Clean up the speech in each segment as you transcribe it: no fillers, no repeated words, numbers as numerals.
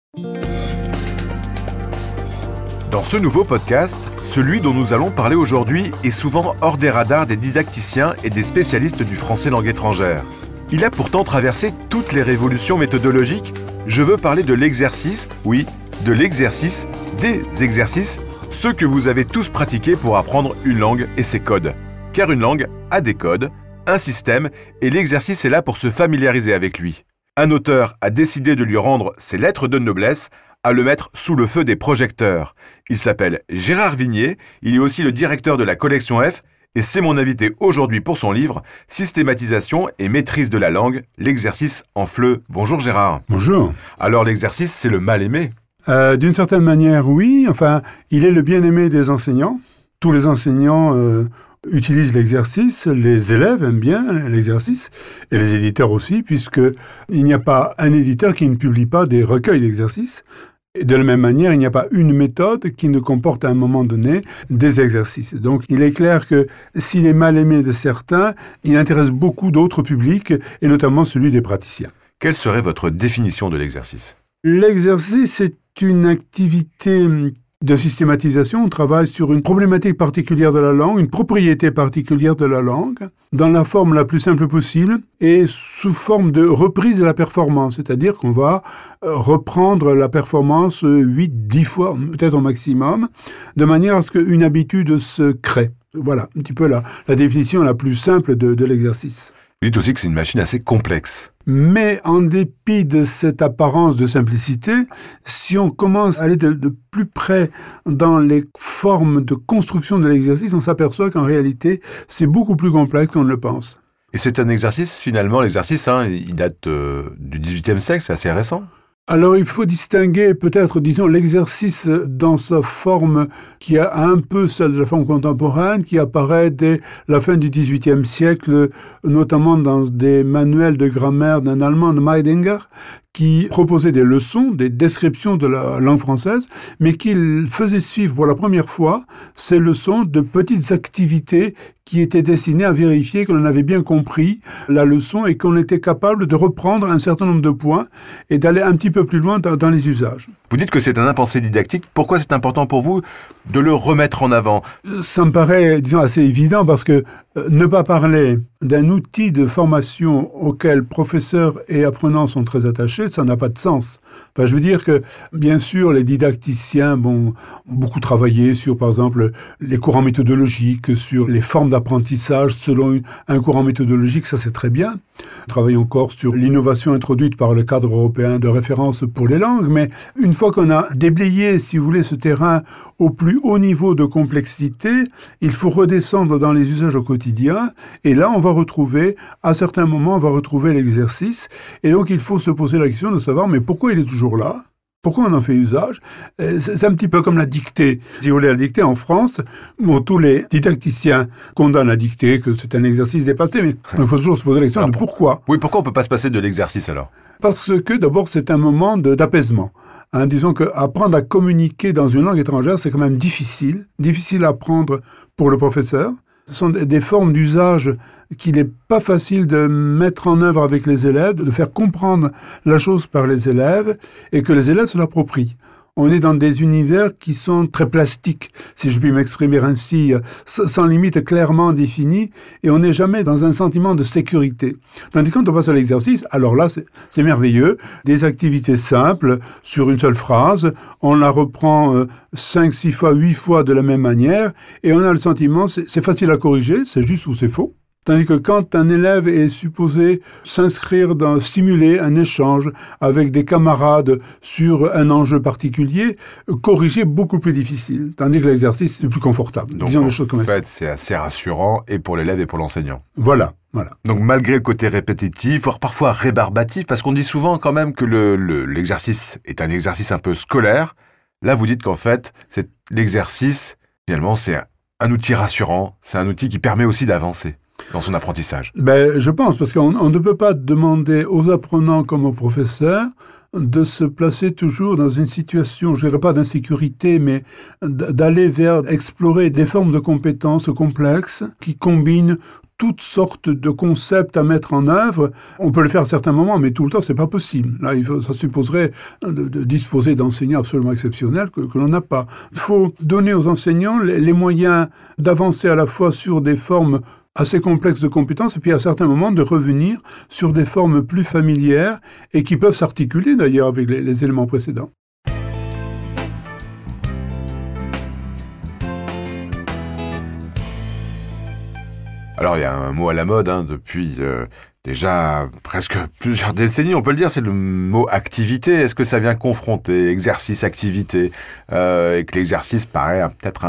Dans ce nouveau podcast, celui dont nous allons parler aujourd'hui est souvent hors des radars des didacticiens et des spécialistes du français langue étrangère. Il a pourtant traversé toutes les révolutions méthodologiques. Je veux parler de l'exercice, oui, de l'exercice, des exercices, ceux que vous avez tous pratiqués pour apprendre une langue et ses codes. Car une langue a des codes, un système, et l'exercice est là pour se familiariser avec lui. Un auteur a décidé de lui rendre ses lettres de noblesse, à le mettre sous le feu des projecteurs. Il s'appelle Gérard Vignier, il est aussi le directeur de la collection F, et c'est mon invité aujourd'hui pour son livre « Systématisation et maîtrise de la langue, l'exercice en FLE ». Bonjour Gérard. Bonjour. Alors l'exercice, c'est le mal-aimé. D'une certaine manière, oui. Enfin, il est le bien-aimé des enseignants. Tous les enseignants utilisent l'exercice, les élèves aiment bien l'exercice, et les éditeurs aussi, puisqu'il n'y a pas un éditeur qui ne publie pas des recueils d'exercices. Et de la même manière, il n'y a pas une méthode qui ne comporte à un moment donné des exercices. Donc, il est clair que s'il est mal aimé de certains, il intéresse beaucoup d'autres publics, et notamment celui des praticiens. Quelle serait votre définition de l'exercice ? L'exercice est une activité de systématisation. On travaille sur une problématique particulière de la langue, une propriété particulière de la langue, dans la forme la plus simple possible et sous forme de reprise de la performance. C'est-à-dire qu'on va reprendre la performance 8-10 fois, peut-être au maximum, de manière à ce qu'une habitude se crée. Voilà, un petit peu la définition la plus simple de l'exercice. Vous dites aussi que c'est une machine assez complexe. Mais en dépit de cette apparence de simplicité, si on commence à aller de plus près dans les formes de construction de l'exercice, on s'aperçoit qu'en réalité, c'est beaucoup plus complexe qu'on ne le pense. Et c'est un exercice, finalement, l'exercice, il date du XVIIIe siècle, c'est assez récent. Alors, il faut distinguer peut-être, disons, l'exercice dans sa forme qui a un peu celle de la forme contemporaine, qui apparaît dès la fin du XVIIIe siècle, notamment dans des manuels de grammaire d'un Allemand, de Meidinger, qui proposait des leçons, des descriptions de la langue française, mais qui faisait suivre pour la première fois ces leçons de petites activités qui étaient destinées à vérifier que l'on avait bien compris la leçon et qu'on était capable de reprendre un certain nombre de points et d'aller un petit peu plus loin dans les usages. Vous dites que c'est un impensé didactique. Pourquoi c'est important pour vous de le remettre en avant ? Ça me paraît, disons, assez évident parce que ne pas parler d'un outil de formation auquel professeurs et apprenants sont très attachés, ça n'a pas de sens. Enfin, je veux dire que, bien sûr, les didacticiens ont beaucoup travaillé sur, par exemple, les courants méthodologiques, sur les formes d'apprentissage selon un courant méthodologique, ça c'est très bien. On travaille encore sur l'innovation introduite par le cadre européen de référence pour les langues, mais une fois qu'on a déblayé, si vous voulez, ce terrain au plus haut niveau de complexité, il faut redescendre dans les usages au quotidien, et là, à certains moments, on va retrouver l'exercice, et donc il faut se poser la question de savoir, mais pourquoi il est toujours là ? Pourquoi on en fait usage ? C'est un petit peu comme la dictée. Si vous voulez la dictée en France, tous les didacticiens condamnent la dictée, que c'est un exercice dépassé, mais il faut toujours se poser la question de pourquoi. Oui, pourquoi on ne peut pas se passer de l'exercice alors ? Parce que d'abord, c'est un moment d'apaisement. Disons qu'apprendre à communiquer dans une langue étrangère, c'est quand même difficile à apprendre pour le professeur. Ce sont des formes d'usage qu'il n'est pas facile de mettre en œuvre avec les élèves, de faire comprendre la chose par les élèves et que les élèves se l'approprient. On est dans des univers qui sont très plastiques, si je puis m'exprimer ainsi, sans limite clairement définie, et on n'est jamais dans un sentiment de sécurité. Tandis que quand on passe à l'exercice, alors là, c'est merveilleux. Des activités simples, sur une seule phrase, on la reprend 5, 6 fois, 8 fois de la même manière, et on a le sentiment, c'est facile à corriger, c'est juste ou c'est faux. Tandis que quand un élève est supposé simuler un échange avec des camarades sur un enjeu particulier, corriger beaucoup plus difficile. Tandis que l'exercice est plus confortable. Donc, disons les choses comme ça. En fait, c'est assez rassurant et pour l'élève et pour l'enseignant. Voilà. Donc malgré le côté répétitif, voire parfois rébarbatif, parce qu'on dit souvent quand même que l'exercice est un exercice un peu scolaire, là vous dites qu'en fait, l'exercice, finalement, c'est un outil rassurant, c'est un outil qui permet aussi d'avancer dans son apprentissage. Je pense, parce qu'on ne peut pas demander aux apprenants comme aux professeurs de se placer toujours dans une situation, je ne dirais pas d'insécurité, mais d'aller vers explorer des formes de compétences complexes qui combinent toutes sortes de concepts à mettre en œuvre. On peut le faire à certains moments, mais tout le temps, c'est pas possible. Là, ça supposerait de disposer d'enseignants absolument exceptionnels que l'on n'a pas. Il faut donner aux enseignants les moyens d'avancer à la fois sur des formes assez complexes de compétences, et puis à certains moments de revenir sur des formes plus familières et qui peuvent s'articuler d'ailleurs avec les éléments précédents. Alors, il y a un mot à la mode depuis déjà presque plusieurs décennies, on peut le dire, c'est le mot activité. Est-ce que ça vient confronter exercice, activité, et que l'exercice paraît peut-être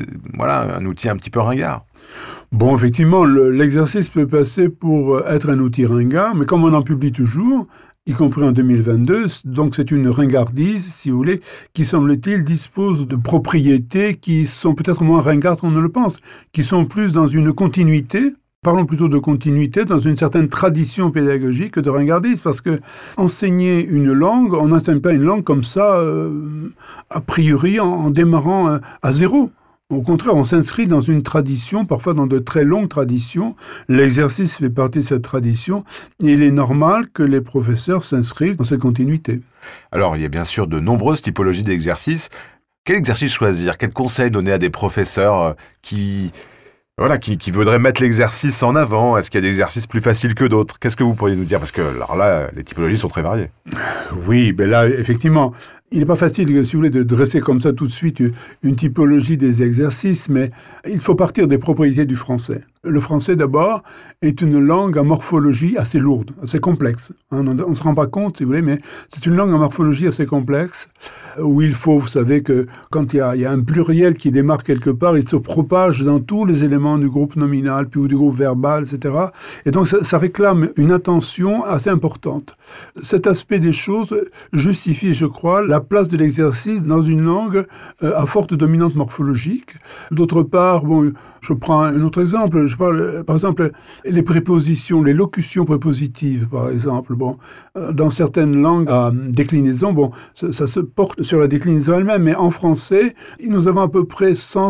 un outil un petit peu ringard? Bon, effectivement, l'exercice peut passer pour être un outil ringard, mais comme on en publie toujours, y compris en 2022, donc c'est une ringardise, si vous voulez, qui, semble-t-il, dispose de propriétés qui sont peut-être moins ringardes qu'on ne le pense, qui sont plus dans une continuité. Parlons plutôt de continuité dans une certaine tradition pédagogique que de ringardise, parce que enseigner une langue, on n'enseigne pas une langue comme ça, a priori, en démarrant à zéro. Au contraire, on s'inscrit dans une tradition, parfois dans de très longues traditions. L'exercice fait partie de cette tradition, et il est normal que les professeurs s'inscrivent dans cette continuité. Alors, il y a bien sûr de nombreuses typologies d'exercices. Quel exercice choisir? Quel conseil donner à des professeurs qui voudraient mettre l'exercice en avant? Est-ce qu'il y a des exercices plus faciles que d'autres? Qu'est-ce que vous pourriez nous dire? Parce que alors là, les typologies sont très variées. Oui, ben là, effectivement, il n'est pas facile, si vous voulez, de dresser comme ça tout de suite une typologie des exercices, mais il faut partir des propriétés du français. Le français, d'abord, est une langue à morphologie assez lourde, assez complexe. On ne se rend pas compte, si vous voulez, mais c'est une langue à morphologie assez complexe, où il faut, vous savez, que quand il y a un pluriel qui démarre quelque part, il se propage dans tous les éléments du groupe nominal, puis du groupe verbal, etc. Et donc, ça réclame une attention assez importante. Cet aspect des choses justifie, je crois, la place de l'exercice dans une langue à forte dominante morphologique. D'autre part, bon, je prends un autre exemple. Je parle, par exemple, les prépositions, les locutions prépositives, par exemple. Bon, dans certaines langues à déclinaison, bon, ça se porte sur la déclinaison elle-même, mais en français, nous avons à peu près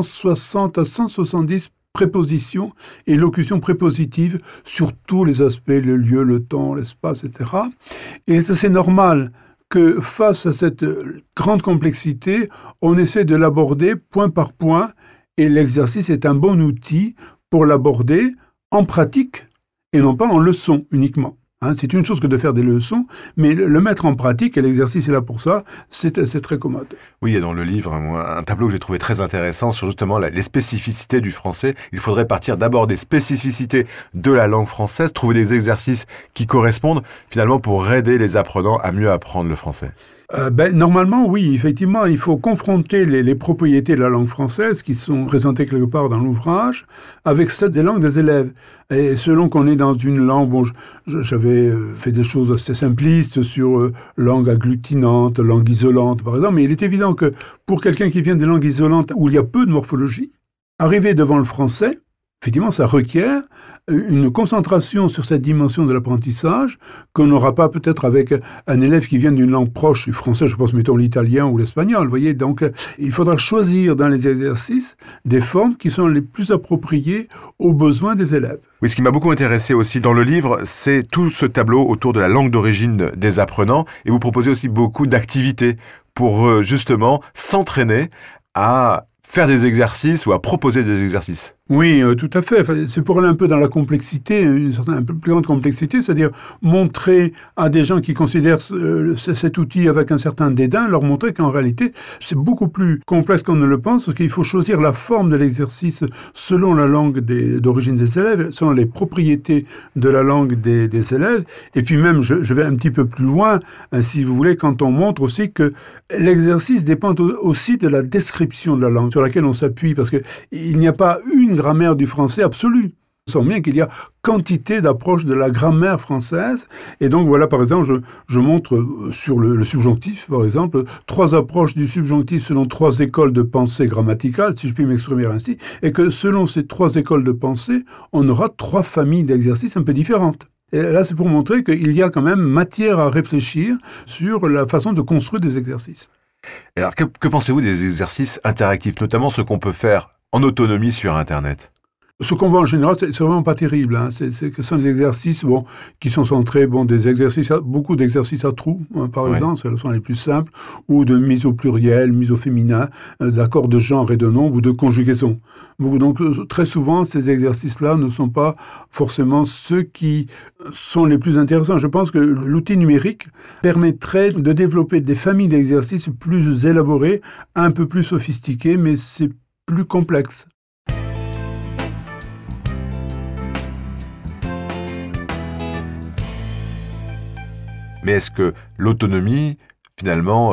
160 à 170 prépositions et locutions prépositives sur tous les aspects, le lieu, le temps, l'espace, etc. Et c'est assez normal que face à cette grande complexité, on essaie de l'aborder point par point, et l'exercice est un bon outil pour l'aborder en pratique et non pas en leçon uniquement. C'est une chose que de faire des leçons, mais le mettre en pratique, et l'exercice est là pour ça, c'est très commode. Oui, il y a dans le livre un tableau que j'ai trouvé très intéressant sur justement les spécificités du français. Il faudrait partir d'abord des spécificités de la langue française, trouver des exercices qui correspondent finalement pour aider les apprenants à mieux apprendre le français. Normalement, oui, effectivement, il faut confronter les propriétés de la langue française qui sont présentées quelque part dans l'ouvrage avec celles des langues des élèves. Et selon qu'on est dans une langue, bon, j'avais fait des choses assez simplistes sur langue agglutinante, langue isolante, par exemple, mais il est évident que pour quelqu'un qui vient des langues isolantes où il y a peu de morphologie, arriver devant le français, effectivement, ça requiert une concentration sur cette dimension de l'apprentissage qu'on n'aura pas peut-être avec un élève qui vient d'une langue proche du français, je pense, mettons l'italien ou l'espagnol, vous voyez. Donc, il faudra choisir dans les exercices des formes qui sont les plus appropriées aux besoins des élèves. Oui, ce qui m'a beaucoup intéressé aussi dans le livre, c'est tout ce tableau autour de la langue d'origine des apprenants. Et vous proposez aussi beaucoup d'activités pour justement s'entraîner à faire des exercices ou à proposer des exercices. Oui, tout à fait. C'est pour aller un peu dans la complexité, un peu plus grande complexité, c'est-à-dire montrer à des gens qui considèrent cet outil avec un certain dédain, leur montrer qu'en réalité, c'est beaucoup plus complexe qu'on ne le pense, parce qu'il faut choisir la forme de l'exercice selon la langue d'origine des élèves, selon les propriétés de la langue des élèves. Et puis même, je vais un petit peu plus loin, si vous voulez, quand on montre aussi que l'exercice dépend aussi de la description de la langue sur laquelle on s'appuie, parce qu'il n'y a pas une grammaire du français absolue. On sent bien qu'il y a quantité d'approches de la grammaire française. Et donc voilà, par exemple, je montre sur le subjonctif, par exemple, 3 approches du subjonctif selon 3 écoles de pensée grammaticale, si je puis m'exprimer ainsi, et que selon ces 3 écoles de pensée, on aura 3 familles d'exercices un peu différentes. Et là, c'est pour montrer qu'il y a quand même matière à réfléchir sur la façon de construire des exercices. Et alors, que pensez-vous des exercices interactifs, notamment ceux qu'on peut faire en autonomie sur Internet ? Ce qu'on voit en général, c'est vraiment pas terrible. Ce sont des exercices qui sont centrés, beaucoup d'exercices à trous, par exemple, ce sont les plus simples, ou de mise au pluriel, mise au féminin, d'accords de genre et de nombre, ou de conjugaison. Donc, très souvent, ces exercices-là ne sont pas forcément ceux qui sont les plus intéressants. Je pense que l'outil numérique permettrait de développer des familles d'exercices plus élaborées, un peu plus sophistiquées, mais c'est plus complexe. Mais est-ce que l'autonomie, finalement,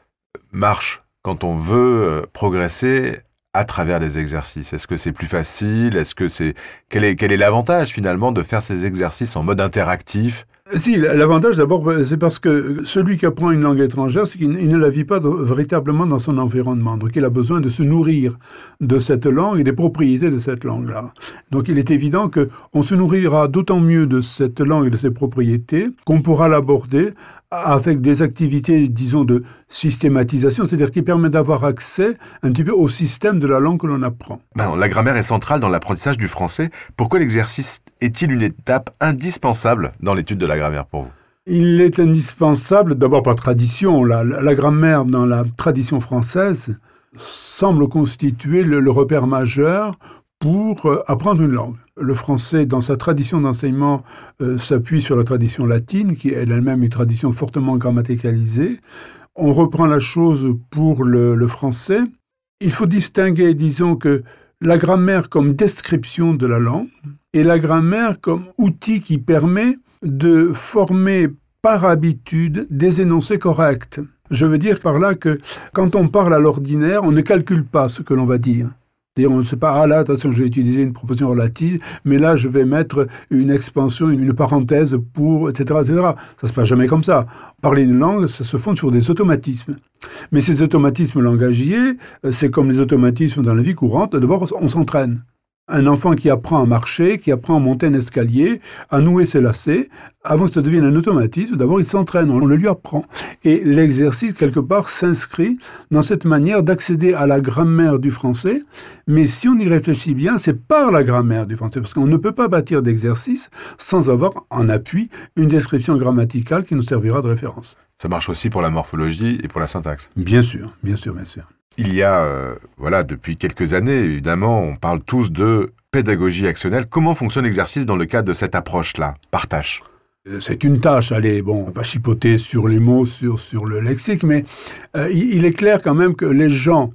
marche quand on veut progresser à travers les exercices? Est-ce que c'est plus facile? Quel est l'avantage, finalement, de faire ces exercices en mode interactif? Si, l'avantage d'abord, c'est parce que celui qui apprend une langue étrangère, c'est qu'il ne la vit pas véritablement dans son environnement. Donc il a besoin de se nourrir de cette langue et des propriétés de cette langue-là. Donc il est évident qu'on se nourrira d'autant mieux de cette langue et de ses propriétés qu'on pourra l'aborder avec des activités, disons, de systématisation, c'est-à-dire qui permet d'avoir accès un petit peu au système de la langue que l'on apprend. La grammaire est centrale dans l'apprentissage du français. Pourquoi l'exercice est-il une étape indispensable dans l'étude de la grammaire pour vous? Il est indispensable, d'abord par tradition. La grammaire dans la tradition française semble constituer le repère majeur pour apprendre une langue. Le français, dans sa tradition d'enseignement, s'appuie sur la tradition latine, qui est elle-même une tradition fortement grammaticalisée. On reprend la chose pour le français. Il faut distinguer, disons, que la grammaire comme description de la langue et la grammaire comme outil qui permet de former par habitude des énoncés corrects. Je veux dire par là que quand on parle à l'ordinaire, on ne calcule pas ce que l'on va dire. C'est-à-dire, on ne sait pas, là, attention, je vais utiliser une proposition relative, mais là, je vais mettre une expansion, une parenthèse pour, etc., etc. Ça ne se passe jamais comme ça. Parler une langue, ça se fonde sur des automatismes. Mais ces automatismes langagiers, c'est comme les automatismes dans la vie courante. D'abord, on s'entraîne. Un enfant qui apprend à marcher, qui apprend à monter un escalier, à nouer ses lacets, avant que ça devienne un automatisme, d'abord il s'entraîne, on le lui apprend. Et l'exercice, quelque part, s'inscrit dans cette manière d'accéder à la grammaire du français. Mais si on y réfléchit bien, c'est par la grammaire du français, parce qu'on ne peut pas bâtir d'exercice sans avoir en appui une description grammaticale qui nous servira de référence. Ça marche aussi pour la morphologie et pour la syntaxe. Bien sûr, bien sûr, bien sûr. Il y a, depuis quelques années, évidemment, on parle tous de pédagogie actionnelle. Comment fonctionne l'exercice dans le cadre de cette approche-là, par tâche? C'est une tâche, on va chipoter sur les mots, sur le lexique, mais il est clair quand même que les gens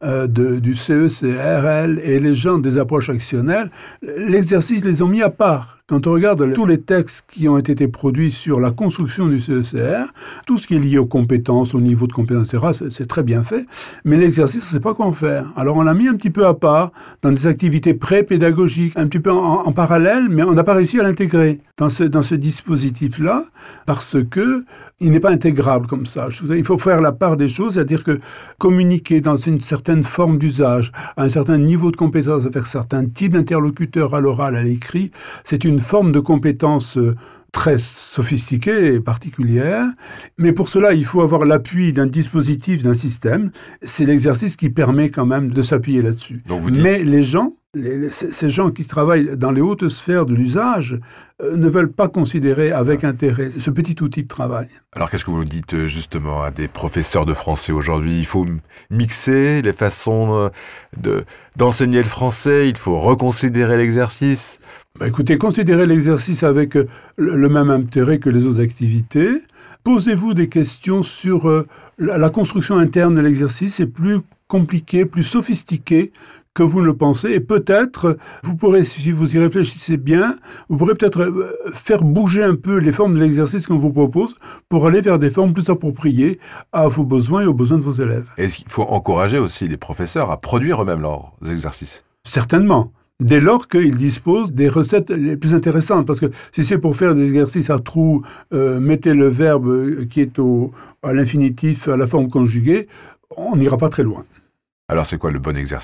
du CE-CRL et les gens des approches actionnelles, l'exercice les ont mis à part. Quand on regarde tous les textes qui ont été produits sur la construction du CECR, tout ce qui est lié aux compétences, au niveau de compétences, etc., c'est très bien fait, mais l'exercice, on ne sait pas quoi en faire. Alors on l'a mis un petit peu à part, dans des activités pré-pédagogiques, un petit peu en parallèle, mais on n'a pas réussi à l'intégrer dans ce dispositif-là, parce que il n'est pas intégrable comme ça. Il faut faire la part des choses, c'est-à-dire que communiquer dans une certaine forme d'usage, à un certain niveau de compétence, avec certains types d'interlocuteurs à l'oral, à l'écrit, c'est une forme de compétence très sophistiquée et particulière. Mais pour cela, il faut avoir l'appui d'un dispositif, d'un système. C'est l'exercice qui permet quand même de s'appuyer là-dessus. Mais les gens, ces gens qui travaillent dans les hautes sphères de l'usage ne veulent pas considérer avec intérêt ce petit outil de travail. Alors qu'est-ce que vous dites justement à des professeurs de français aujourd'hui? Il faut mixer les façons d'enseigner le français, il faut reconsidérer l'exercice. Écoutez, considérez l'exercice avec le même intérêt que les autres activités. Posez-vous des questions sur la construction interne de l'exercice. C'est plus compliqué, plus sophistiqué que vous ne le pensez. Et peut-être, vous pourrez, si vous y réfléchissez bien, vous pourrez peut-être faire bouger un peu les formes de l'exercice qu'on vous propose pour aller vers des formes plus appropriées à vos besoins et aux besoins de vos élèves. Est-ce qu'il faut encourager aussi les professeurs à produire eux-mêmes leurs exercices? Certainement. Dès lors qu'ils disposent des recettes les plus intéressantes. Parce que si c'est pour faire des exercices à trous, mettez le verbe qui est à l'infinitif, à la forme conjuguée, on n'ira pas très loin. Alors c'est quoi le bon exercice?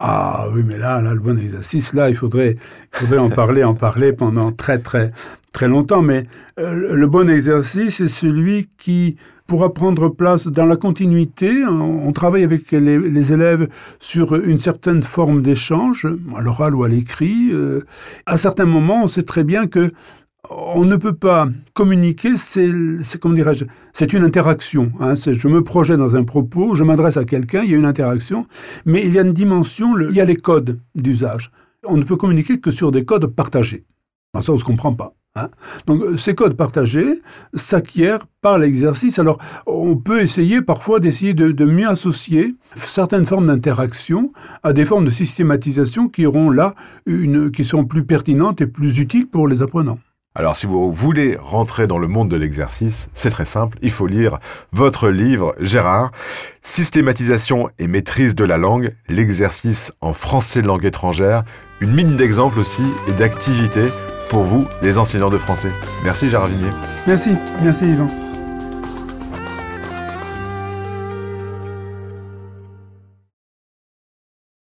Ah oui, mais là, le bon exercice, là, il faudrait en parler pendant très, très, très longtemps. Mais le bon exercice, c'est celui qui pourra prendre place dans la continuité. On travaille avec les élèves sur une certaine forme d'échange, à l'oral ou à l'écrit. À certains moments, on sait très bien que on ne peut pas communiquer, comment dirais-je, c'est une interaction. Je me projette dans un propos, je m'adresse à quelqu'un, il y a une interaction, mais il y a une dimension, il y a les codes d'usage. On ne peut communiquer que sur des codes partagés. Ça, on ne se comprend pas. Donc, ces codes partagés s'acquièrent par l'exercice. Alors, on peut essayer parfois de mieux associer certaines formes d'interaction à des formes de systématisation qui seront plus pertinentes et plus utiles pour les apprenants. Alors, si vous voulez rentrer dans le monde de l'exercice, c'est très simple, il faut lire votre livre, Gérard, « Systématisation et maîtrise de la langue, l'exercice en français de langue étrangère », une mine d'exemples aussi et d'activités pour vous, les enseignants de français. Merci Gérard Vignier. Merci Yvan.